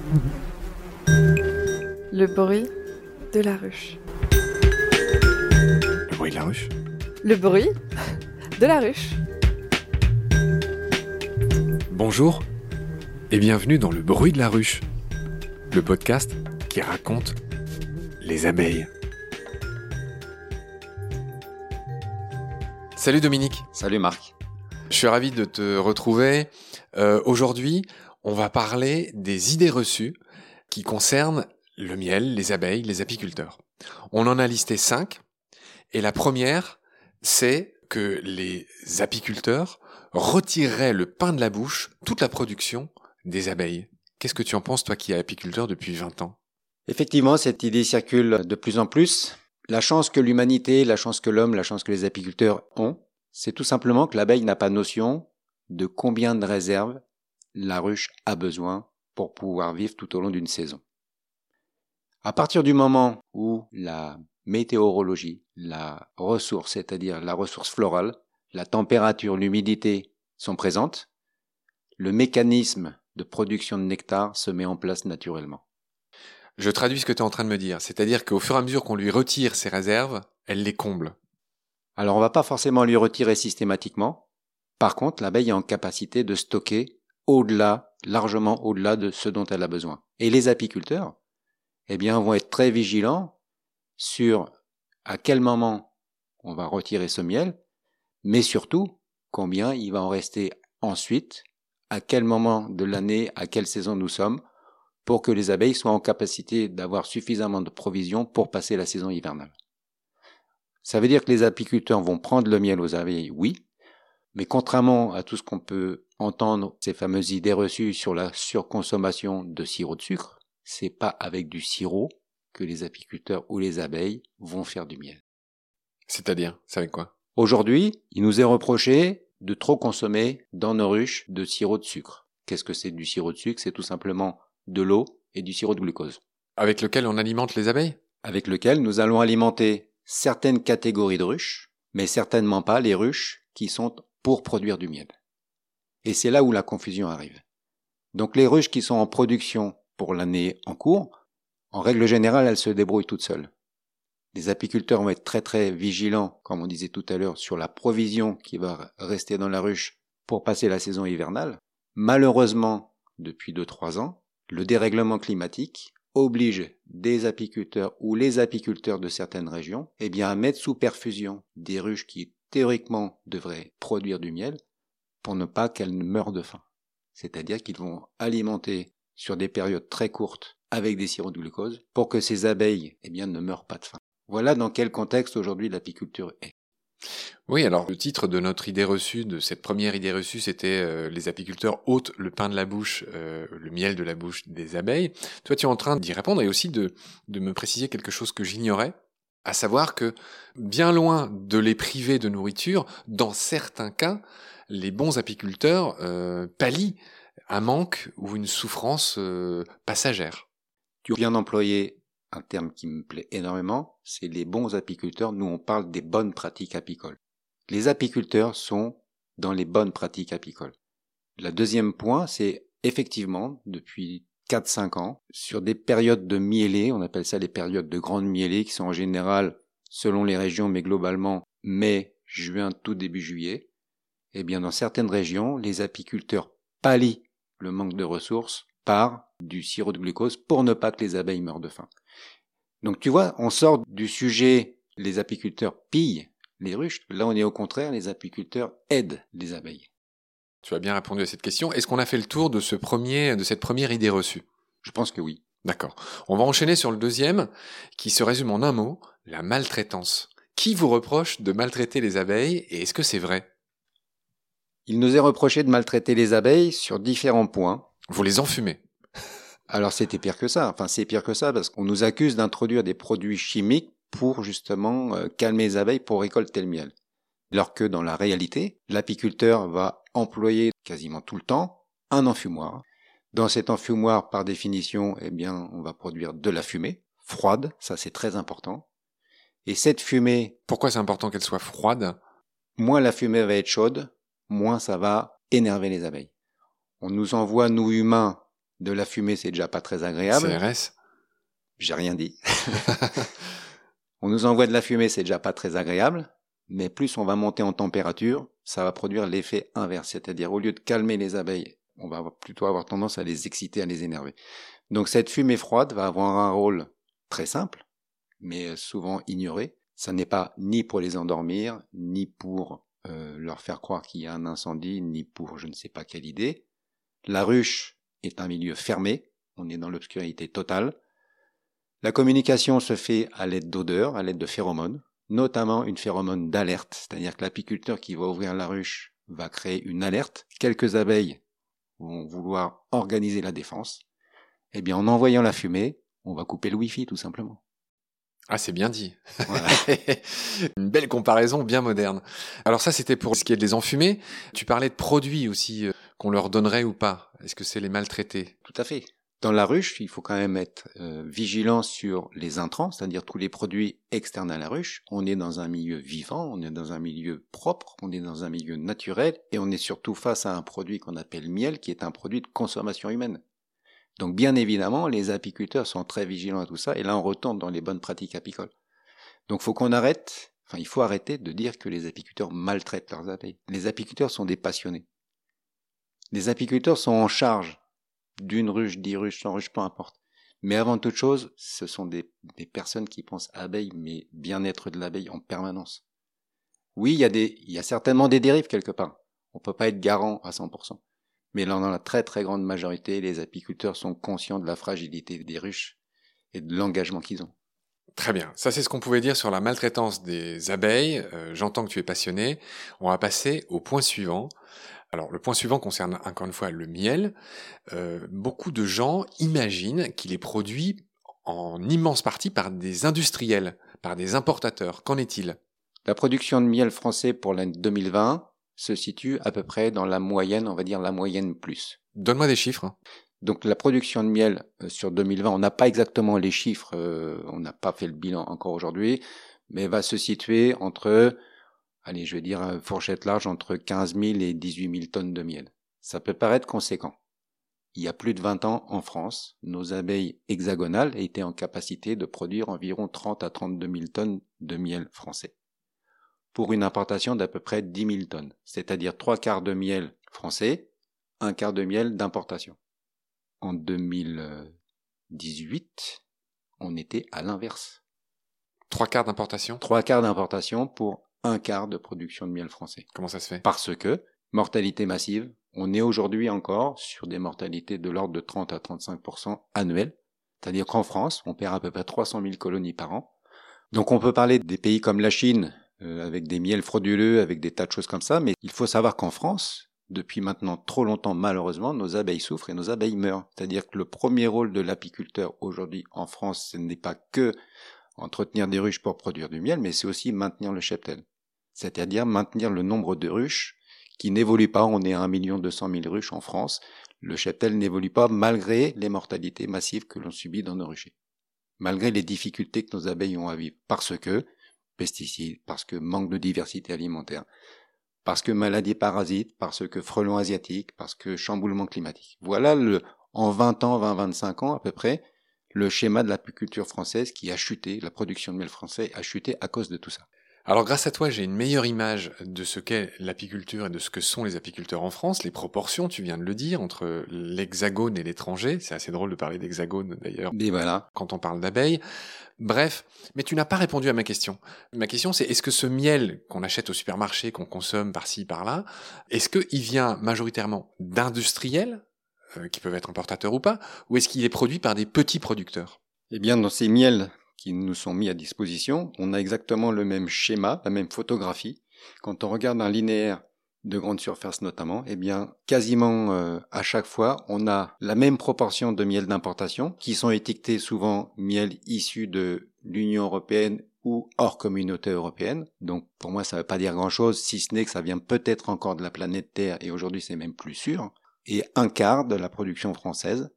Le bruit de la ruche. Le bruit de la ruche. Le bruit de la ruche. Bonjour et bienvenue dans Le bruit de la ruche, le podcast qui raconte les abeilles. Salut Dominique. Salut Marc. Je suis ravi de te retrouver. Aujourd'hui, on va parler des idées reçues qui concernent le miel, les abeilles, les apiculteurs. On en a listé 5 et la première, c'est que les apiculteurs retireraient le pain de la bouche, toute la production des abeilles. Qu'est-ce que tu en penses, toi qui es apiculteur depuis 20 ans ? Effectivement, cette idée circule de plus en plus. La chance que l'humanité, la chance que l'homme, la chance que les apiculteurs ont, c'est tout simplement que l'abeille n'a pas notion de combien de réserves la ruche a besoin pour pouvoir vivre tout au long d'une saison. À partir du moment où la météorologie, la ressource, c'est-à-dire la ressource florale, la température, l'humidité sont présentes, le mécanisme de production de nectar se met en place naturellement. Je traduis ce que tu es en train de me dire, c'est-à-dire qu'au fur et à mesure qu'on lui retire ses réserves, elle les comble. Alors on va pas forcément lui retirer systématiquement. Par contre, l'abeille est en capacité de stocker largement au-delà de ce dont elle a besoin. Et les apiculteurs, vont être très vigilants sur à quel moment on va retirer ce miel, mais surtout combien il va en rester ensuite, à quel moment de l'année, à quelle saison nous sommes, pour que les abeilles soient en capacité d'avoir suffisamment de provisions pour passer la saison hivernale. Ça veut dire que les apiculteurs vont prendre le miel aux abeilles, oui, mais contrairement à tout ce qu'on peut entendre, ces fameuses idées reçues sur la surconsommation de sirop de sucre, c'est pas avec du sirop que les apiculteurs ou les abeilles vont faire du miel. C'est-à-dire, c'est avec quoi ? Aujourd'hui, il nous est reproché de trop consommer dans nos ruches de sirop de sucre. Qu'est-ce que c'est du sirop de sucre ? C'est tout simplement de l'eau et du sirop de glucose. Avec lequel on alimente les abeilles ? Avec lequel nous allons alimenter certaines catégories de ruches, mais certainement pas les ruches qui sont pour produire du miel. Et c'est là où la confusion arrive. Donc les ruches qui sont en production pour l'année en cours, en règle générale, elles se débrouillent toutes seules. Les apiculteurs vont être très très vigilants, comme on disait tout à l'heure, sur la provision qui va rester dans la ruche pour passer la saison hivernale. Malheureusement, depuis 2-3 ans, le dérèglement climatique oblige des apiculteurs ou les apiculteurs de certaines régions à mettre sous perfusion des ruches qui théoriquement devraient produire du miel pour ne pas qu'elles ne meurent de faim. C'est-à-dire qu'ils vont alimenter sur des périodes très courtes avec des sirops de glucose pour que ces abeilles ne meurent pas de faim. Voilà dans quel contexte aujourd'hui l'apiculture est. Oui, alors le titre de notre idée reçue, de cette première idée reçue, c'était les apiculteurs ôtent le pain de la bouche, le miel de la bouche des abeilles. Toi, tu es en train d'y répondre et aussi de me préciser quelque chose que j'ignorais, à savoir que bien loin de les priver de nourriture, dans certains cas, les bons apiculteurs pallient un manque ou une souffrance passagère. Tu viens d'employer un terme qui me plaît énormément, c'est les bons apiculteurs. Nous, on parle des bonnes pratiques apicoles. Les apiculteurs sont dans les bonnes pratiques apicoles. Le deuxième point, c'est effectivement, depuis 4-5 ans, sur des périodes de mielée, on appelle ça les périodes de grande mielée, qui sont en général, selon les régions, mais globalement, mai, juin, tout début juillet, dans certaines régions, les apiculteurs pallient le manque de ressources par du sirop de glucose pour ne pas que les abeilles meurent de faim. Donc tu vois, on sort du sujet, les apiculteurs pillent les ruches. Là, on est au contraire, les apiculteurs aident les abeilles. Tu as bien répondu à cette question. Est-ce qu'on a fait le tour de cette première idée reçue ? Je pense que oui. D'accord. On va enchaîner sur le deuxième, qui se résume en un mot, la maltraitance. Qui vous reproche de maltraiter les abeilles et est-ce que c'est vrai ? Il nous est reproché de maltraiter les abeilles sur différents points. Vous les enfumez. Alors c'était pire que ça. C'est pire que ça parce qu'on nous accuse d'introduire des produits chimiques pour justement calmer les abeilles pour récolter le miel. Alors que dans la réalité, l'apiculteur va employer quasiment tout le temps un enfumoir. Dans cet enfumoir, par définition, on va produire de la fumée froide, ça c'est très important. Et cette fumée... Pourquoi c'est important qu'elle soit froide ? Moins la fumée va être chaude, moins ça va énerver les abeilles. On nous envoie, nous humains, De la fumée, c'est déjà pas très agréable. CRS. J'ai rien dit. On nous envoie de la fumée, c'est déjà pas très agréable. Mais plus on va monter en température, ça va produire l'effet inverse. C'est-à-dire, au lieu de calmer les abeilles, on va plutôt avoir tendance à les exciter, à les énerver. Donc cette fumée froide va avoir un rôle très simple, mais souvent ignoré. Ça n'est pas ni pour les endormir, ni pour leur faire croire qu'il y a un incendie, ni pour je ne sais pas quelle idée. La ruche est un milieu fermé, on est dans l'obscurité totale. La communication se fait à l'aide d'odeurs, à l'aide de phéromones, notamment une phéromone d'alerte, c'est-à-dire que l'apiculteur qui va ouvrir la ruche va créer une alerte. Quelques abeilles vont vouloir organiser la défense. Eh bien, en envoyant la fumée, on va couper le Wi-Fi, tout simplement. Ah, c'est bien dit. Voilà. Une belle comparaison bien moderne. Alors ça, c'était pour ce qui est de les enfumer. Tu parlais de produits aussi qu'on leur donnerait ou pas. Est-ce que c'est les maltraités? Tout à fait. Dans la ruche, il faut quand même être vigilant sur les intrants, c'est-à-dire tous les produits externes à la ruche. On est dans un milieu vivant, on est dans un milieu propre, on est dans un milieu naturel, et on est surtout face à un produit qu'on appelle miel, qui est un produit de consommation humaine. Donc bien évidemment, les apiculteurs sont très vigilants à tout ça, et là on retombe dans les bonnes pratiques apicoles. Donc il faut arrêter de dire que les apiculteurs maltraitent leurs abeilles. Les apiculteurs sont des passionnés. Les apiculteurs sont en charge d'une ruche, 10 ruches, 100 ruches, peu importe. Mais avant toute chose, ce sont des personnes qui pensent abeilles, mais bien-être de l'abeille en permanence. Oui, il y a certainement des dérives quelque part. On peut pas être garant à 100%. Mais là, dans la très très grande majorité, les apiculteurs sont conscients de la fragilité des ruches et de l'engagement qu'ils ont. Très bien. Ça, c'est ce qu'on pouvait dire sur la maltraitance des abeilles. J'entends que tu es passionné. On va passer au point suivant. Alors, le point suivant concerne encore une fois le miel. Beaucoup de gens imaginent qu'il est produit en immense partie par des industriels, par des importateurs. Qu'en est-il? La production de miel français pour l'année 2020 se situe à peu près dans la moyenne, on va dire la moyenne plus. Donne-moi des chiffres. Donc la production de miel sur 2020, on n'a pas exactement les chiffres, on n'a pas fait le bilan encore aujourd'hui, mais va se situer entre, allez, je vais dire fourchette large, entre 15 000 et 18 000 tonnes de miel. Ça peut paraître conséquent. Il y a plus de 20 ans, en France, nos abeilles hexagonales étaient en capacité de produire environ 30 à 32 000 tonnes de miel français, pour une importation d'à peu près 10 000 tonnes, c'est-à-dire 3 quarts de miel français, 1 quart de miel d'importation. En 2018, on était à l'inverse. 3 quarts d'importation? 3 quarts d'importation pour 1 quart de production de miel français. Comment ça se fait? Parce que, mortalité massive, on est aujourd'hui encore sur des mortalités de l'ordre de 30 à 35% annuels. C'est-à-dire qu'en France, on perd à peu près 300 000 colonies par an. Donc on peut parler des pays comme la Chine, avec des miels frauduleux, avec des tas de choses comme ça, mais il faut savoir qu'en France, depuis maintenant trop longtemps, malheureusement, nos abeilles souffrent et nos abeilles meurent. C'est-à-dire que le premier rôle de l'apiculteur aujourd'hui en France, ce n'est pas que entretenir des ruches pour produire du miel, mais c'est aussi maintenir le cheptel. C'est-à-dire maintenir le nombre de ruches qui n'évolue pas. On est à 1 200 000 ruches en France. Le cheptel n'évolue pas malgré les mortalités massives que l'on subit dans nos ruchers. Malgré les difficultés que nos abeilles ont à vivre. Parce que pesticides, parce que manque de diversité alimentaire, parce que maladies parasites, parce que frelons asiatiques, parce que chamboulement climatique. Voilà en 20 ans, 20-25 ans à peu près, le schéma de l'apiculture française qui a chuté, la production de miel français a chuté à cause de tout ça. Alors grâce à toi, j'ai une meilleure image de ce qu'est l'apiculture et de ce que sont les apiculteurs en France, les proportions, tu viens de le dire, entre l'hexagone et l'étranger. C'est assez drôle de parler d'hexagone d'ailleurs. Et voilà. Quand on parle d'abeilles. Bref, mais tu n'as pas répondu à ma question. Ma question c'est, est-ce que ce miel qu'on achète au supermarché, qu'on consomme par-ci, par-là, est-ce qu'il vient majoritairement d'industriels, qui peuvent être importateurs ou pas, ou est-ce qu'il est produit par des petits producteurs? Eh bien, dans ces miels qui nous sont mis à disposition, on a exactement le même schéma, la même photographie. Quand on regarde un linéaire de grande surface notamment, eh bien, quasiment à chaque fois, on a la même proportion de miel d'importation, qui sont étiquetés souvent miel issu de l'Union européenne ou hors communauté européenne. Donc, pour moi, ça ne veut pas dire grand-chose, si ce n'est que ça vient peut-être encore de la planète Terre, et aujourd'hui, c'est même plus sûr. Et 1 quart de la production française,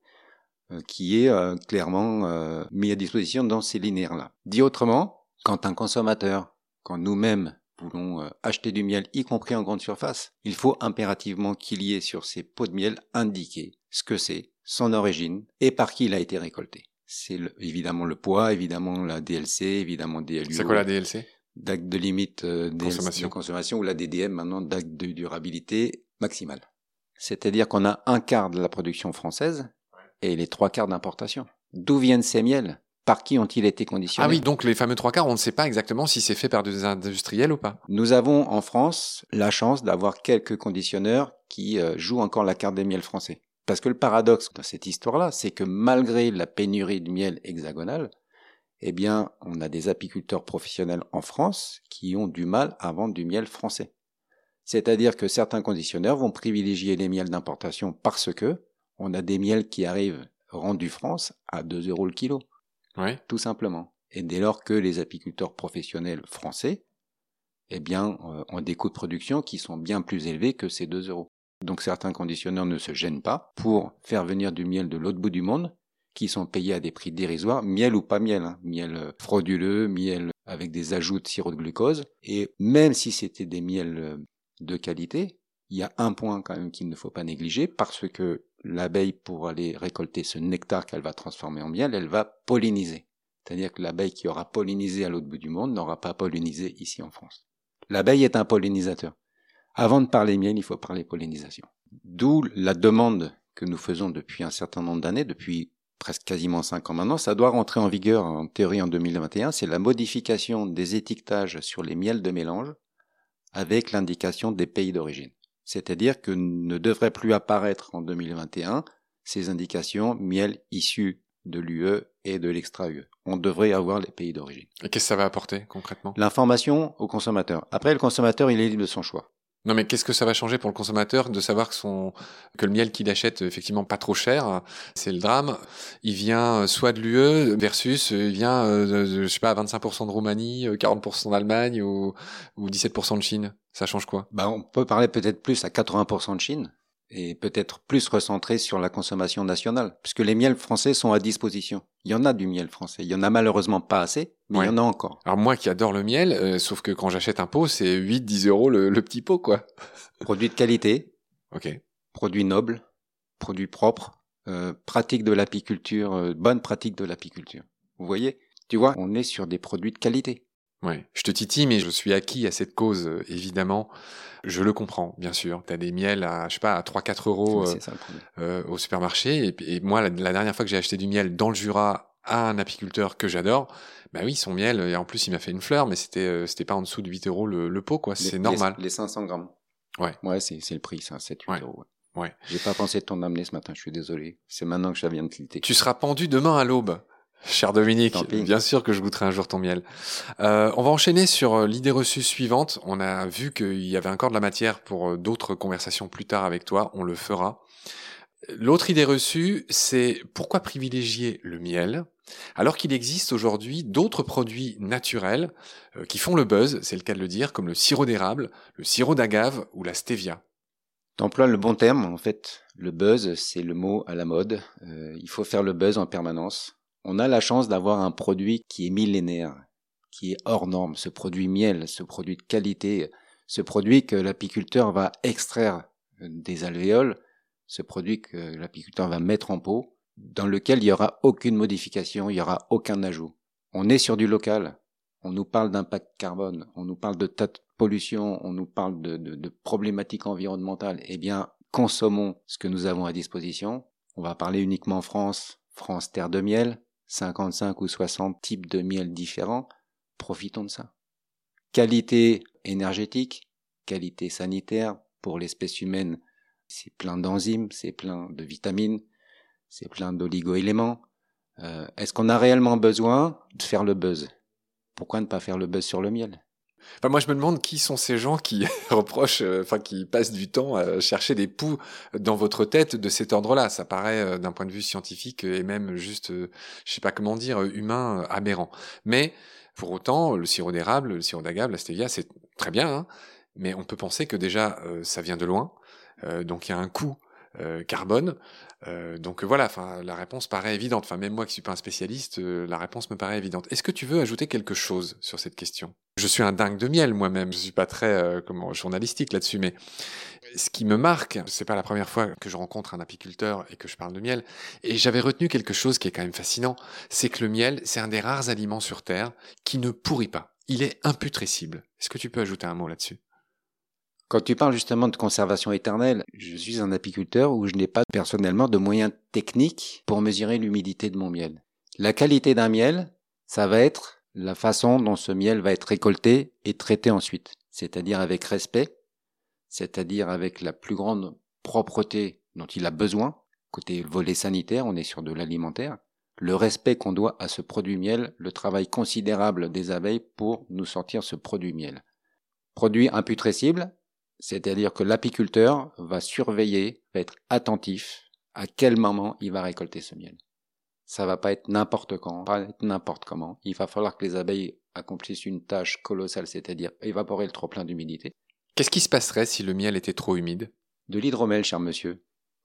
qui est clairement mis à disposition dans ces linéaires-là. Dit autrement, quand un consommateur, quand nous-mêmes voulons acheter du miel, y compris en grande surface, il faut impérativement qu'il y ait sur ces pots de miel indiqué ce que c'est, son origine et par qui il a été récolté. C'est évidemment le poids, évidemment la DLC, évidemment DLUO. C'est quoi la DLC? D'acte de limite de consommation ou la DDM maintenant, d'acte de durabilité maximale. C'est-à-dire qu'on a un quart de la production française et les 3/4 d'importation. D'où viennent ces miels? Par qui ont-ils été conditionnés? Ah oui, donc les fameux 3/4, on ne sait pas exactement si c'est fait par des industriels ou pas. Nous avons en France la chance d'avoir quelques conditionneurs qui jouent encore la carte des miels français. Parce que le paradoxe de cette histoire-là, c'est que malgré la pénurie de miel hexagonal, eh bien, on a des apiculteurs professionnels en France qui ont du mal à vendre du miel français. C'est-à-dire que certains conditionneurs vont privilégier les miels d'importation parce que on a des miels qui arrivent rendus France à 2 € le kilo. Ouais. Tout simplement. Et dès lors que les apiculteurs professionnels français, eh bien, ont des coûts de production qui sont bien plus élevés que ces 2 €. Donc certains conditionneurs ne se gênent pas pour faire venir du miel de l'autre bout du monde, qui sont payés à des prix dérisoires, miel ou pas miel, hein, miel frauduleux, miel avec des ajouts de sirop de glucose. Et même si c'était des miels de qualité, il y a un point quand même qu'il ne faut pas négliger, parce que l'abeille, pour aller récolter ce nectar qu'elle va transformer en miel, elle va polliniser. C'est-à-dire que l'abeille qui aura pollinisé à l'autre bout du monde n'aura pas pollinisé ici en France. L'abeille est un pollinisateur. Avant de parler miel, il faut parler pollinisation. D'où la demande que nous faisons depuis un certain nombre d'années, depuis presque quasiment 5 ans maintenant. Ça doit rentrer en vigueur en théorie en 2021. C'est la modification des étiquetages sur les miels de mélange avec l'indication des pays d'origine. C'est-à-dire que ne devrait plus apparaître en 2021 ces indications miel issu de l'UE et de l'extra-UE. On devrait avoir les pays d'origine. Et qu'est-ce que ça va apporter concrètement? L'information au consommateur. Après, le consommateur, il est libre de son choix. Non, mais qu'est-ce que ça va changer pour le consommateur de savoir que le miel qu'il achète, effectivement, pas trop cher, c'est le drame. Il vient soit de l'UE versus il vient, je sais pas, à 25% de Roumanie, 40% d'Allemagne ou 17% de Chine. Ça change quoi? On peut parler peut-être plus à 80% de Chine et peut-être plus recentré sur la consommation nationale, puisque les miels français sont à disposition. Il y en a du miel français. Il y en a malheureusement pas assez, mais il y en a encore. Alors moi qui adore le miel, sauf que quand j'achète un pot, c'est 8-10 € le petit pot, quoi. Produit de qualité. Ok. Produit noble. Produit propre. Pratique de l'apiculture, bonne pratique de l'apiculture. Vous voyez? Tu vois, on est sur des produits de qualité. Ouais, je te titille, mais je suis acquis à cette cause, évidemment. Je le comprends, bien sûr. T'as des miels à, je sais pas, à 3-4 € au supermarché. Et moi, la dernière fois que j'ai acheté du miel dans le Jura à un apiculteur que j'adore, bah oui, son miel, et en plus, il m'a fait une fleur, mais c'était pas en dessous de 8 € le pot, quoi. C'est normal. Les 500 grammes. Ouais. Ouais, c'est le prix, ça, 7-8 €. Ouais. J'ai pas pensé de t'en amener ce matin, je suis désolé. C'est maintenant que ça vient de tilter. Tu seras pendu demain à l'aube. Cher Dominique, bien sûr que je goûterai un jour ton miel. On va enchaîner sur l'idée reçue suivante. On a vu qu'il y avait encore de la matière pour d'autres conversations plus tard avec toi. On le fera. L'autre idée reçue, c'est pourquoi privilégier le miel alors qu'il existe aujourd'hui d'autres produits naturels qui font le buzz, c'est le cas de le dire, comme le sirop d'érable, le sirop d'agave ou la stevia. T'emploies le bon terme, en fait. Le buzz, c'est le mot à la mode. Il faut faire le buzz en permanence. On a la chance d'avoir un produit qui est millénaire, qui est hors norme, ce produit miel, ce produit de qualité, ce produit que l'apiculteur va extraire des alvéoles, ce produit que l'apiculteur va mettre en pot, dans lequel il n'y aura aucune modification, il n'y aura aucun ajout. On est sur du local, on nous parle d'impact carbone, on nous parle de tas de pollution, on nous parle de problématiques environnementales. Eh bien, consommons ce que nous avons à disposition. On va parler uniquement France terre de miel, 55 ou 60 types de miel différents, profitons de ça. Qualité énergétique, qualité sanitaire pour l'espèce humaine, c'est plein d'enzymes, c'est plein de vitamines, c'est plein d'oligo-éléments. Est-ce qu'on a réellement besoin de faire le buzz? Pourquoi ne pas faire le buzz sur le miel? Enfin, moi, je me demande qui sont ces gens qui reprochent, qui passent du temps à chercher des poux dans votre tête de cet ordre-là. Ça paraît, d'un point de vue scientifique et même juste, je sais pas comment dire, humain, aberrant. Mais pour autant, le sirop d'érable, le sirop d'agave, la stevia, c'est très bien, hein, mais on peut penser que déjà, ça vient de loin, donc il y a un coût carbone. Donc voilà, enfin la réponse paraît évidente. Enfin même moi qui suis pas un spécialiste, la réponse me paraît évidente. Est-ce que tu veux ajouter quelque chose sur cette question? Je suis un dingue de miel moi-même. Je suis pas très journalistique là-dessus, mais Ce qui me marque, c'est pas la première fois que je rencontre un apiculteur et que je parle de miel, et j'avais retenu quelque chose qui est quand même fascinant, c'est que le miel, c'est un des rares aliments sur Terre qui ne pourrit pas. Il est imputrescible. Est-ce que tu peux ajouter un mot là-dessus? Quand tu parles justement de conservation éternelle, je suis un apiculteur où je n'ai pas personnellement de moyens techniques pour mesurer l'humidité de mon miel. La qualité d'un miel, ça va être la façon dont ce miel va être récolté et traité ensuite, c'est-à-dire avec respect, c'est-à-dire avec la plus grande propreté dont il a besoin. Côté volet sanitaire, on est sur de l'alimentaire. Le respect qu'on doit à ce produit miel, le travail considérable des abeilles pour nous sortir ce produit miel. Produit imputrescible, c'est-à-dire que l'apiculteur va surveiller, va être attentif à quel moment il va récolter ce miel. Ça va pas être n'importe quand, pas être n'importe comment. Il va falloir que les abeilles accomplissent une tâche colossale, c'est-à-dire évaporer le trop-plein d'humidité. Qu'est-ce qui se passerait si le miel était trop humide? De l'hydromel, cher monsieur.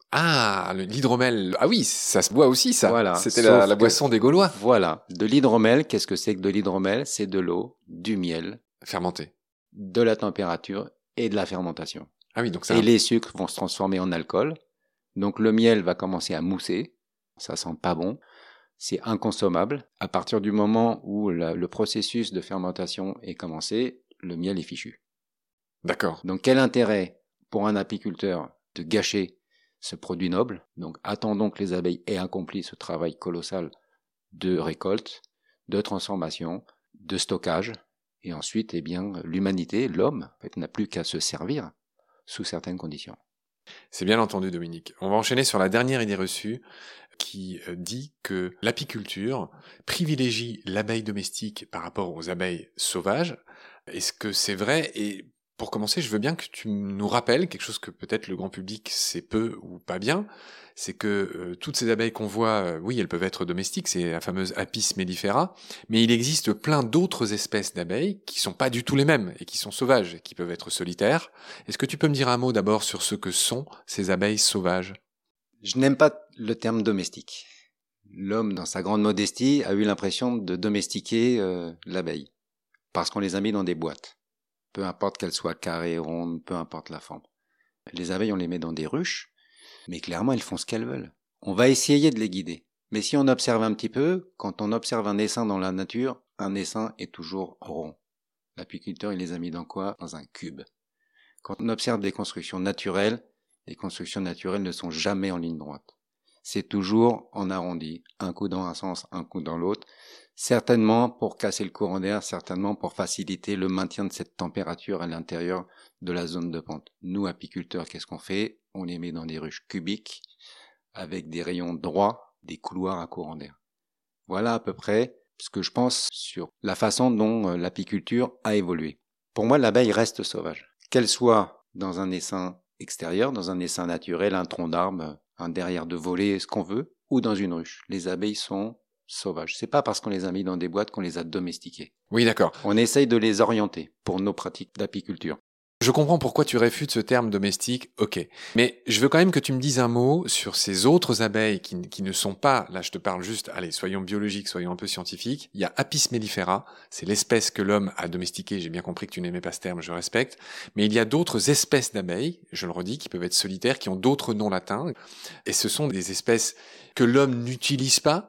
Ah, l'hydromel. Ah oui, ça se boit aussi, ça. Voilà. C'était la boisson des Gaulois. Voilà. De l'hydromel, qu'est-ce que c'est que de l'hydromel? C'est de l'eau, du miel, Fermenté. de la température et de la fermentation. Ah oui, donc ça. Et les sucres vont se transformer en alcool. Donc le miel va commencer à mousser. Ça sent pas bon. C'est inconsommable. À partir du moment où le processus de fermentation est commencé, le miel est fichu. D'accord. Donc quel intérêt pour un apiculteur de gâcher ce produit noble? Donc attendons que les abeilles aient accompli ce travail colossal de récolte, de transformation, de stockage, et ensuite, eh bien, l'humanité, l'homme, en fait, n'a plus qu'à se servir sous certaines conditions. C'est bien entendu, Dominique. On va enchaîner sur la dernière idée reçue qui dit que l'apiculture privilégie l'abeille domestique par rapport aux abeilles sauvages. Est-ce que c'est vrai? Et pour commencer, je veux bien que tu nous rappelles quelque chose que peut-être le grand public sait peu ou pas bien, c'est que toutes ces abeilles qu'on voit, oui, elles peuvent être domestiques, c'est la fameuse Apis mellifera, mais il existe plein d'autres espèces d'abeilles qui sont pas du tout les mêmes et qui sont sauvages, qui peuvent être solitaires. Est-ce que tu peux me dire un mot d'abord sur ce que sont ces abeilles sauvages? Je n'aime pas le terme domestique. L'homme, dans sa grande modestie, a eu l'impression de domestiquer l'abeille, parce qu'on les a mis dans des boîtes. Peu importe qu'elles soient carrées, rondes, peu importe la forme. Les abeilles, on les met dans des ruches, mais clairement, elles font ce qu'elles veulent. On va essayer de les guider. Mais si on observe un petit peu, quand on observe un essaim dans la nature, un essaim est toujours rond. L'apiculteur, il les a mis dans quoi? Dans un cube. Quand on observe des constructions naturelles, les constructions naturelles ne sont jamais en ligne droite. C'est toujours en arrondi, un coup dans un sens, un coup dans l'autre, certainement pour casser le courant d'air, certainement pour faciliter le maintien de cette température à l'intérieur de la zone de pente. Nous, apiculteurs, qu'est-ce qu'on fait? On les met dans des ruches cubiques, avec des rayons droits, des couloirs à courant d'air. Voilà à peu près ce que je pense sur la façon dont l'apiculture a évolué. Pour moi, l'abeille reste sauvage. Qu'elle soit dans un essaim extérieur, dans un essaim naturel, un tronc d'arbre, un derrière de voler, ce qu'on veut, ou dans une ruche. Les abeilles sont sauvages. C'est pas parce qu'on les a mis dans des boîtes qu'on les a domestiquées. Oui, d'accord. On essaye de les orienter pour nos pratiques d'apiculture. Je comprends pourquoi tu réfutes ce terme domestique, ok. Mais je veux quand même que tu me dises un mot sur ces autres abeilles qui ne sont pas, là je te parle juste, allez, soyons biologiques, soyons un peu scientifiques. Il y a Apis mellifera, c'est l'espèce que l'homme a domestiquée, j'ai bien compris que tu n'aimais pas ce terme, je respecte. Mais il y a d'autres espèces d'abeilles, je le redis, qui peuvent être solitaires, qui ont d'autres noms latins. Et ce sont des espèces que l'homme n'utilise pas.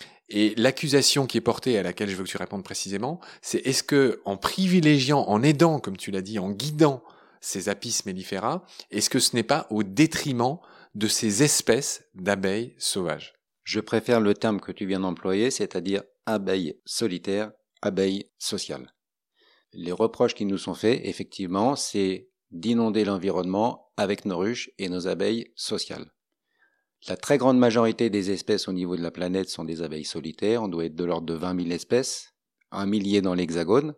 Et l'accusation qui est portée, à laquelle je veux que tu répondes précisément, c'est est-ce que, en privilégiant, en aidant, comme tu l'as dit, en guidant ces Apis mellifera, est-ce que ce n'est pas au détriment de ces espèces d'abeilles sauvages? Je préfère le terme que tu viens d'employer, c'est-à-dire abeilles solitaires, abeilles sociales. Les reproches qui nous sont faits, effectivement, c'est d'inonder l'environnement avec nos ruches et nos abeilles sociales. La très grande majorité des espèces au niveau de la planète sont des abeilles solitaires. On doit être de l'ordre de 20 000 espèces, 1 millier dans l'hexagone.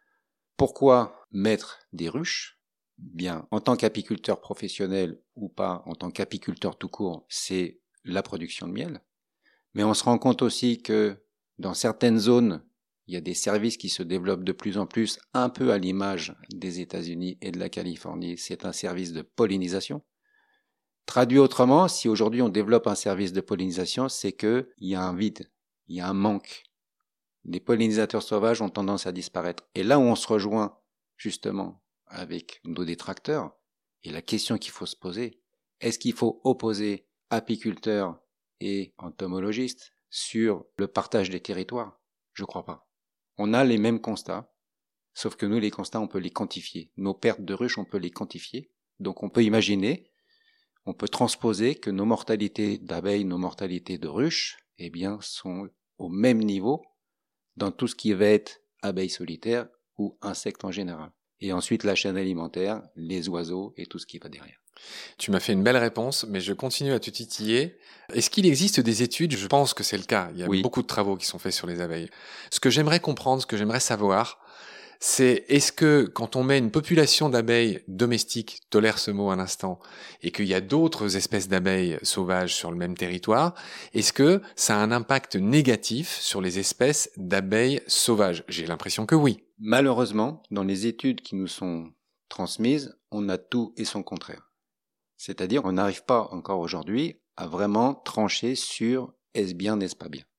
Pourquoi mettre des ruches? Bien, en tant qu'apiculteur professionnel ou pas, en tant qu'apiculteur tout court, c'est la production de miel. Mais on se rend compte aussi que dans certaines zones, il y a des services qui se développent de plus en plus, un peu à l'image des États-Unis et de la Californie. C'est un service de pollinisation. Traduit autrement, si aujourd'hui on développe un service de pollinisation, c'est qu'il y a un vide, il y a un manque. Les pollinisateurs sauvages ont tendance à disparaître. Et là où on se rejoint justement avec nos détracteurs, Et la question qu'il faut se poser, est-ce qu'il faut opposer apiculteurs et entomologistes sur le partage des territoires? Je crois pas. On a les mêmes constats, sauf que nous, les constats, on peut les quantifier. Nos pertes de ruches, on peut les quantifier. Donc on peut imaginer, on peut transposer que nos mortalités d'abeilles, nos mortalités de ruches, eh bien, sont au même niveau dans tout ce qui va être abeilles solitaires ou insectes en général. Et ensuite, la chaîne alimentaire, les oiseaux et tout ce qui va derrière. Tu m'as fait une belle réponse, mais je continue à te titiller. Est-ce qu'il existe des études? Je pense que c'est le cas. Il y a beaucoup de travaux qui sont faits sur les abeilles. Ce que j'aimerais comprendre, ce que j'aimerais savoir, c'est est-ce que quand on met une population d'abeilles domestiques, tolère ce mot un instant, et qu'il y a d'autres espèces d'abeilles sauvages sur le même territoire, est-ce que ça a un impact négatif sur les espèces d'abeilles sauvages? J'ai l'impression que oui. Malheureusement, dans les études qui nous sont transmises, on a tout et son contraire. C'est-à-dire, on n'arrive pas encore aujourd'hui à vraiment trancher sur est-ce bien, n'est-ce pas bien.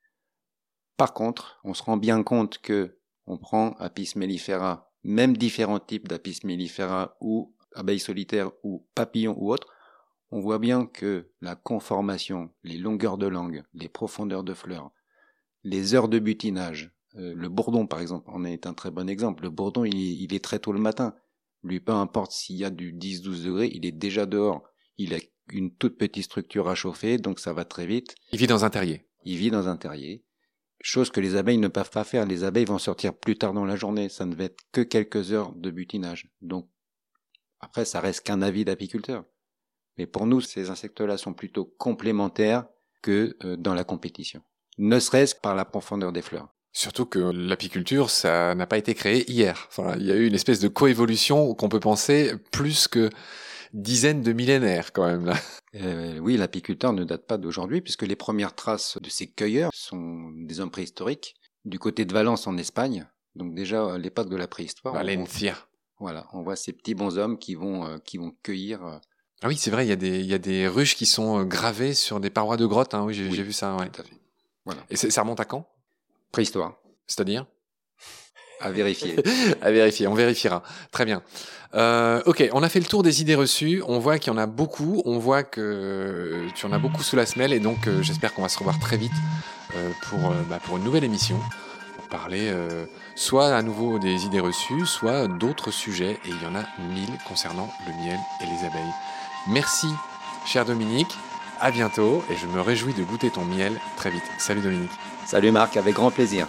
Par contre, on se rend bien compte que on prend Apis mellifera, même différents types d'Apis mellifera ou abeilles solitaires ou papillons ou autres, on voit bien que la conformation, les longueurs de langue, les profondeurs de fleurs, les heures de butinage, le bourdon par exemple, en est un très bon exemple. Le bourdon, il est très tôt le matin. Lui, peu importe s'il y a du 10-12 degrés, il est déjà dehors. Il a une toute petite structure à chauffer, donc ça va très vite. Il vit dans un terrier. Il vit dans un terrier. Chose que les abeilles ne peuvent pas faire. Les abeilles vont sortir plus tard dans la journée. Ça ne va être que quelques heures de butinage. Donc, après, ça reste qu'un avis d'apiculteur. Mais pour nous, ces insectes-là sont plutôt complémentaires que dans la compétition. Ne serait-ce que par la profondeur des fleurs. Surtout que l'apiculture, ça n'a pas été créé hier. Enfin, il y a eu une espèce de coévolution qu'on peut penser plus que dizaines de millénaires quand même là. Oui, l'apiculteur ne date pas d'aujourd'hui puisque les premières traces de ces cueilleurs sont des hommes préhistoriques du côté de Valence en Espagne. Donc déjà à l'époque de la préhistoire. Valencia. Voilà, on voit ces petits bonshommes qui vont cueillir. Ah oui, c'est vrai, il y a des ruches qui sont gravées sur des parois de grottes. Hein. Oui, j'ai vu ça. Ouais. Tout à fait. Voilà. Et ça remonte à quand? Préhistoire. C'est-à-dire? À vérifier. À vérifier, on vérifiera. Très bien. Ok, on a fait le tour des idées reçues. On voit qu'il y en a beaucoup. On voit que tu en as beaucoup sous la semelle. Et donc, j'espère qu'on va se revoir très vite pour une nouvelle émission. Pour parler soit à nouveau des idées reçues, soit d'autres sujets. Et il y en a 1000 concernant le miel et les abeilles. Merci, cher Dominique. À bientôt. Et je me réjouis de goûter ton miel très vite. Salut Dominique. Salut Marc, avec grand plaisir.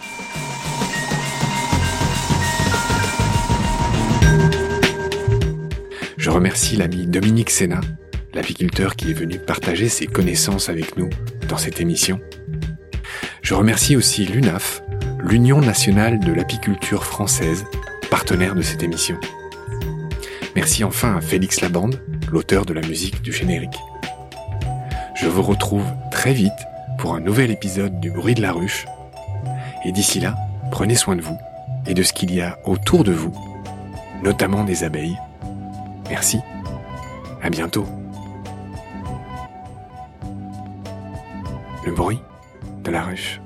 Je remercie l'ami Dominique Sénat, l'apiculteur qui est venu partager ses connaissances avec nous dans cette émission. Je remercie aussi l'UNAF, l'Union nationale de l'apiculture française, partenaire de cette émission. Merci enfin à Félix Labande, l'auteur de la musique du générique. Je vous retrouve très vite pour un nouvel épisode du Bruit de la Ruche. Et d'ici là, prenez soin de vous et de ce qu'il y a autour de vous, notamment des abeilles. Merci. À bientôt. Le bruit de la ruche.